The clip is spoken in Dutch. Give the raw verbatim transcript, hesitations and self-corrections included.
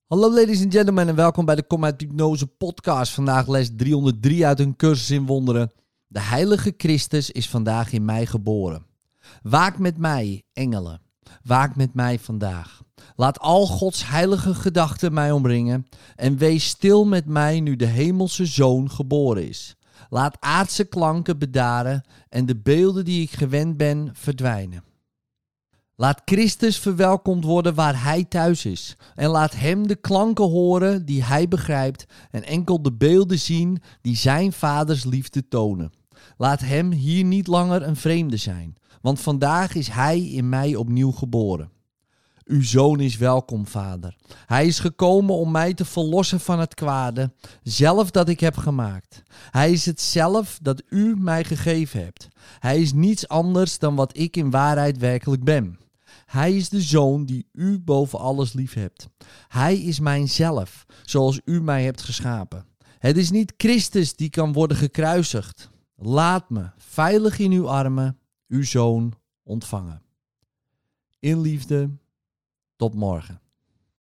Hallo ladies and gentlemen en welkom bij de Kom uit Hypnose podcast. Vandaag les driehonderddrie uit een cursus in wonderen. De heilige Christus is vandaag in mij geboren. Waak met mij, engelen. Waak met mij vandaag. Laat al Gods heilige gedachten mij omringen en wees stil met mij nu de hemelse Zoon geboren is. Laat aardse klanken bedaren en de beelden die ik gewend ben verdwijnen. Laat Christus verwelkomd worden waar hij thuis is. En laat hem de klanken horen die hij begrijpt en enkel de beelden zien die zijn vaders liefde tonen. Laat hem hier niet langer een vreemde zijn, want vandaag is hij in mij opnieuw geboren. Uw zoon is welkom, vader. Hij is gekomen om mij te verlossen van het kwade, zelf dat ik heb gemaakt. Hij is het zelf dat u mij gegeven hebt. Hij is niets anders dan wat ik in waarheid werkelijk ben. Hij is de zoon die u boven alles lief hebt. Hij is mijn zelf, zoals u mij hebt geschapen. Het is niet Christus die kan worden gekruisigd. Laat me veilig in uw armen, uw zoon, ontvangen. In liefde, tot morgen.